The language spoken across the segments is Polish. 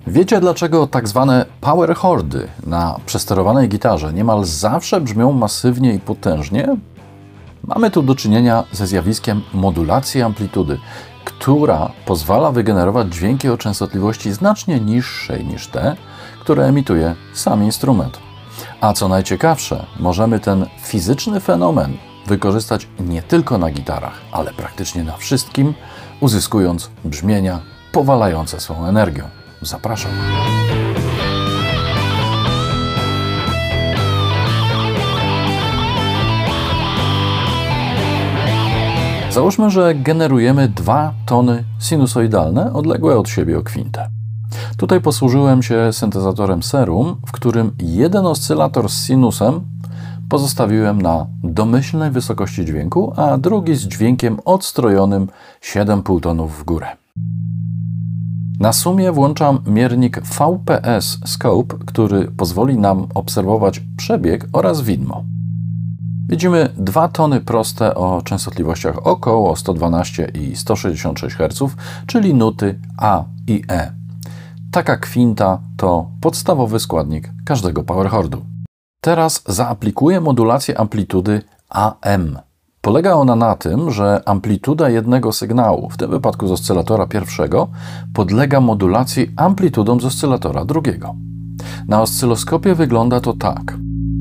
Wiecie, dlaczego tak zwane power chordy na przesterowanej gitarze niemal zawsze brzmią masywnie i potężnie? Mamy tu do czynienia ze zjawiskiem modulacji amplitudy, która pozwala wygenerować dźwięki o częstotliwości znacznie niższej niż te, które emituje sam instrument. A co najciekawsze, możemy ten fizyczny fenomen wykorzystać nie tylko na gitarach, ale praktycznie na wszystkim, uzyskując brzmienia powalające swą energią. Zapraszam. Załóżmy, że generujemy dwa tony sinusoidalne odległe od siebie o kwintę. Tutaj posłużyłem się syntezatorem Serum, w którym jeden oscylator z sinusem pozostawiłem na domyślnej wysokości dźwięku, a drugi z dźwiękiem odstrojonym 7,5 tonów w górę. Na sumie włączam miernik VPS Scope, który pozwoli nam obserwować przebieg oraz widmo. Widzimy 2 tony proste o częstotliwościach około 112 i 166 Hz, czyli nuty A i E. Taka kwinta to podstawowy składnik każdego powerchordu. Teraz zaaplikuję modulację amplitudy AM. Polega ona na tym, że amplituda jednego sygnału, w tym wypadku z oscylatora pierwszego, podlega modulacji amplitudą z oscylatora drugiego. Na oscyloskopie wygląda to tak.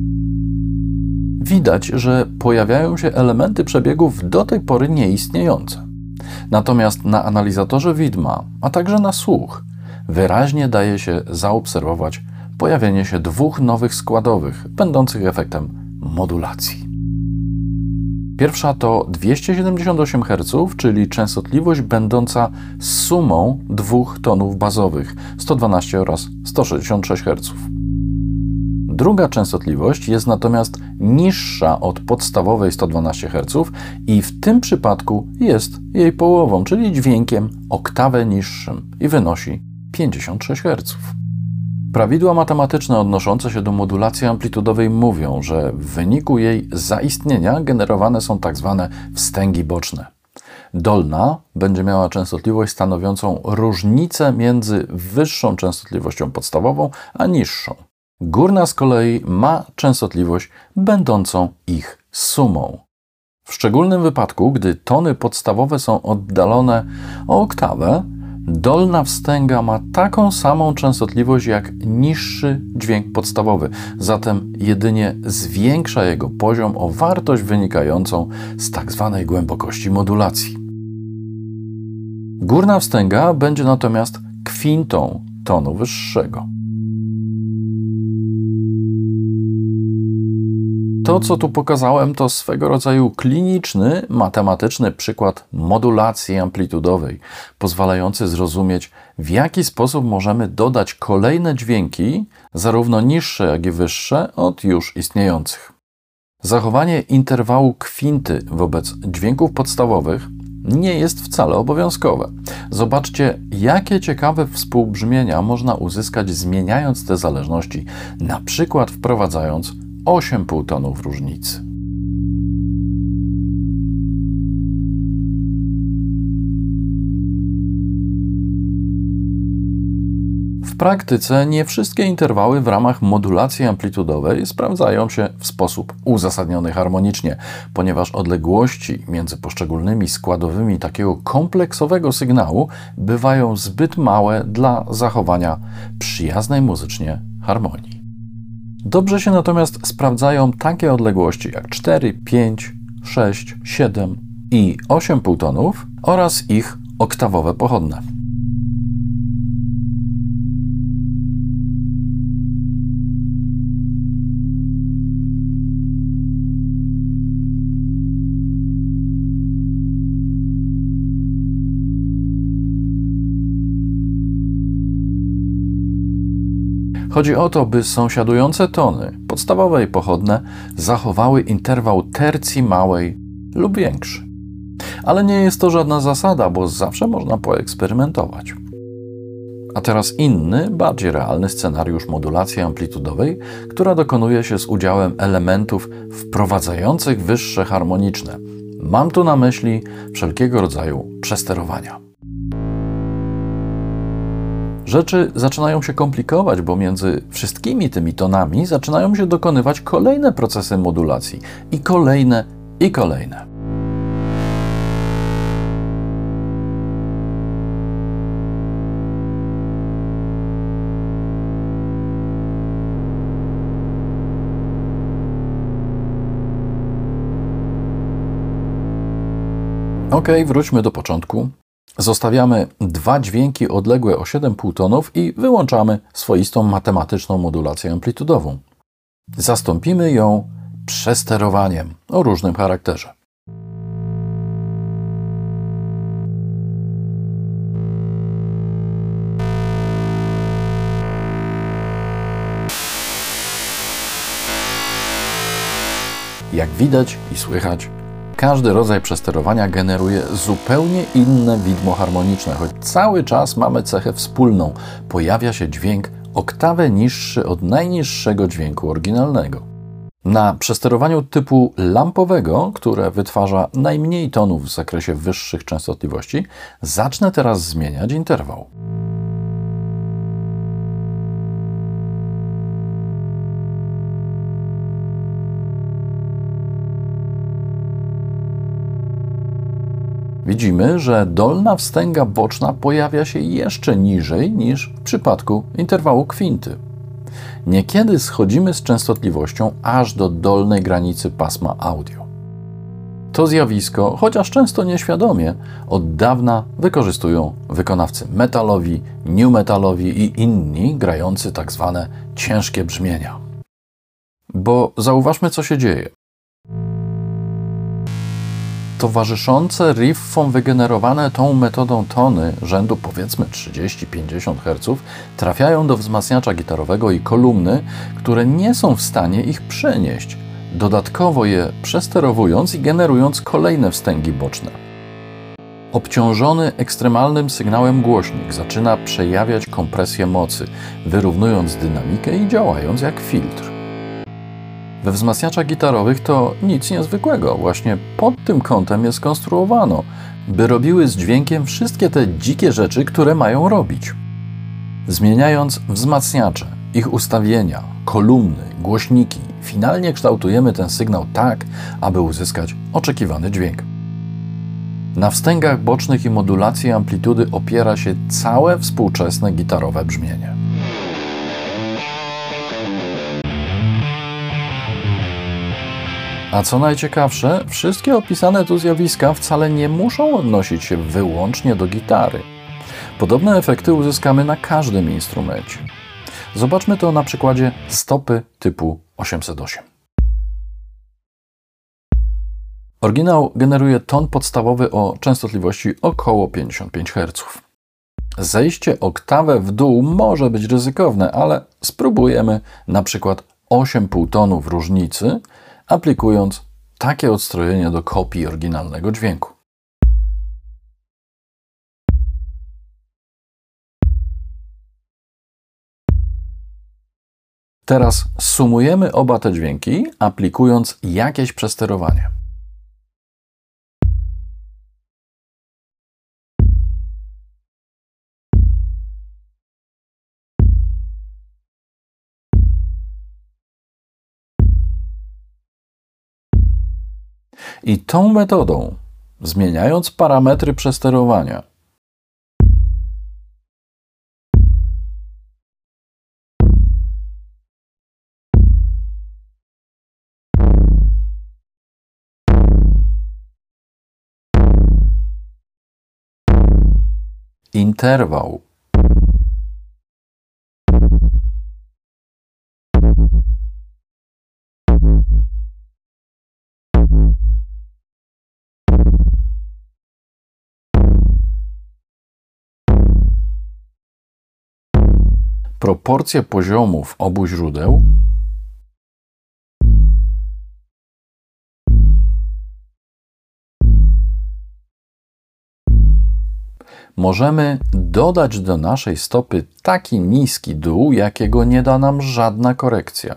Widać, że pojawiają się elementy przebiegów do tej pory nieistniejące. Natomiast na analizatorze widma, a także na słuch, wyraźnie daje się zaobserwować pojawienie się 2 nowych składowych, będących efektem modulacji. Pierwsza to 278 Hz, czyli częstotliwość będąca sumą 2 tonów bazowych 112 oraz 166 Hz. Druga częstotliwość jest natomiast niższa od podstawowej 112 Hz i w tym przypadku jest jej połową, czyli dźwiękiem oktawę niższym i wynosi 56 Hz. Prawidła matematyczne odnoszące się do modulacji amplitudowej mówią, że w wyniku jej zaistnienia generowane są tak zwane wstęgi boczne. Dolna będzie miała częstotliwość stanowiącą różnicę między wyższą częstotliwością podstawową a niższą. Górna z kolei ma częstotliwość będącą ich sumą. W szczególnym wypadku, gdy tony podstawowe są oddalone o oktawę, dolna wstęga ma taką samą częstotliwość jak niższy dźwięk podstawowy, zatem jedynie zwiększa jego poziom o wartość wynikającą z tak zwanej głębokości modulacji. Górna wstęga będzie natomiast kwintą tonu wyższego. To, co tu pokazałem, to swego rodzaju kliniczny, matematyczny przykład modulacji amplitudowej, pozwalający zrozumieć, w jaki sposób możemy dodać kolejne dźwięki, zarówno niższe, jak i wyższe, od już istniejących. Zachowanie interwału kwinty wobec dźwięków podstawowych nie jest wcale obowiązkowe. Zobaczcie, jakie ciekawe współbrzmienia można uzyskać, zmieniając te zależności, na przykład wprowadzając 8,5 tonów różnicy. W praktyce nie wszystkie interwały w ramach modulacji amplitudowej sprawdzają się w sposób uzasadniony harmonicznie, ponieważ odległości między poszczególnymi składowymi takiego kompleksowego sygnału bywają zbyt małe dla zachowania przyjaznej muzycznie harmonii. Dobrze się natomiast sprawdzają takie odległości jak 4, 5, 6, 7 i 8,5 tonów oraz ich oktawowe pochodne. Chodzi o to, by sąsiadujące tony, podstawowe i pochodne, zachowały interwał tercji małej lub większy. Ale nie jest to żadna zasada, bo zawsze można poeksperymentować. A teraz inny, bardziej realny scenariusz modulacji amplitudowej, która dokonuje się z udziałem elementów wprowadzających wyższe harmoniczne. Mam tu na myśli wszelkiego rodzaju przesterowania. Rzeczy zaczynają się komplikować, bo między wszystkimi tymi tonami zaczynają się dokonywać kolejne procesy modulacji i kolejne i kolejne. Ok, wróćmy do początku. Zostawiamy dwa dźwięki odległe o 7,5 tonów i wyłączamy swoistą matematyczną modulację amplitudową. Zastąpimy ją przesterowaniem o różnym charakterze. Jak widać i słychać, każdy rodzaj przesterowania generuje zupełnie inne widmo harmoniczne, choć cały czas mamy cechę wspólną. Pojawia się dźwięk oktawę niższy od najniższego dźwięku oryginalnego. Na przesterowaniu typu lampowego, które wytwarza najmniej tonów w zakresie wyższych częstotliwości, zacznę teraz zmieniać interwał. Widzimy, że dolna wstęga boczna pojawia się jeszcze niżej niż w przypadku interwału kwinty. Niekiedy schodzimy z częstotliwością aż do dolnej granicy pasma audio. To zjawisko, chociaż często nieświadomie, od dawna wykorzystują wykonawcy metalowi, new metalowi i inni grający tak zwane ciężkie brzmienia. Bo zauważmy, co się dzieje. Towarzyszące riffom wygenerowane tą metodą tony rzędu powiedzmy 30-50 Hz trafiają do wzmacniacza gitarowego i kolumny, które nie są w stanie ich przenieść, dodatkowo je przesterowując i generując kolejne wstęgi boczne. Obciążony ekstremalnym sygnałem głośnik zaczyna przejawiać kompresję mocy, wyrównując dynamikę i działając jak filtr. We wzmacniaczach gitarowych to nic niezwykłego. Właśnie pod tym kątem je skonstruowano, by robiły z dźwiękiem wszystkie te dzikie rzeczy, które mają robić. Zmieniając wzmacniacze, ich ustawienia, kolumny, głośniki, finalnie kształtujemy ten sygnał tak, aby uzyskać oczekiwany dźwięk. Na wstęgach bocznych i modulacji amplitudy opiera się całe współczesne gitarowe brzmienie. A co najciekawsze, wszystkie opisane tu zjawiska wcale nie muszą odnosić się wyłącznie do gitary. Podobne efekty uzyskamy na każdym instrumencie. Zobaczmy to na przykładzie stopy typu 808. Oryginał generuje ton podstawowy o częstotliwości około 55 Hz. Zejście oktawę w dół może być ryzykowne, ale spróbujemy na przykład 8,5 tonów różnicy, aplikując takie odstrojenie do kopii oryginalnego dźwięku. Teraz sumujemy oba te dźwięki, aplikując jakieś przesterowanie. I tą metodą, zmieniając parametry przesterowania, interwał, proporcje poziomów obu źródeł możemy dodać do naszej stopy taki niski dół, jakiego nie da nam żadna korekcja.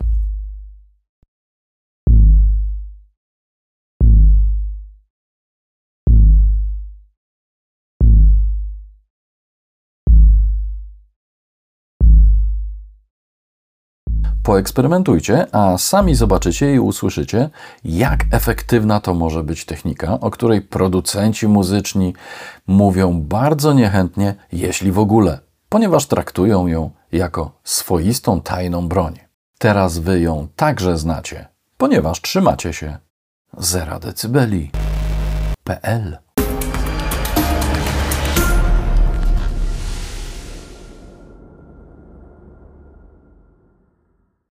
Poeksperymentujcie, a sami zobaczycie i usłyszycie, jak efektywna to może być technika, o której producenci muzyczni mówią bardzo niechętnie, jeśli w ogóle, ponieważ traktują ją jako swoistą tajną broń. Teraz wy ją także znacie, ponieważ trzymacie się 0 decybeli.pl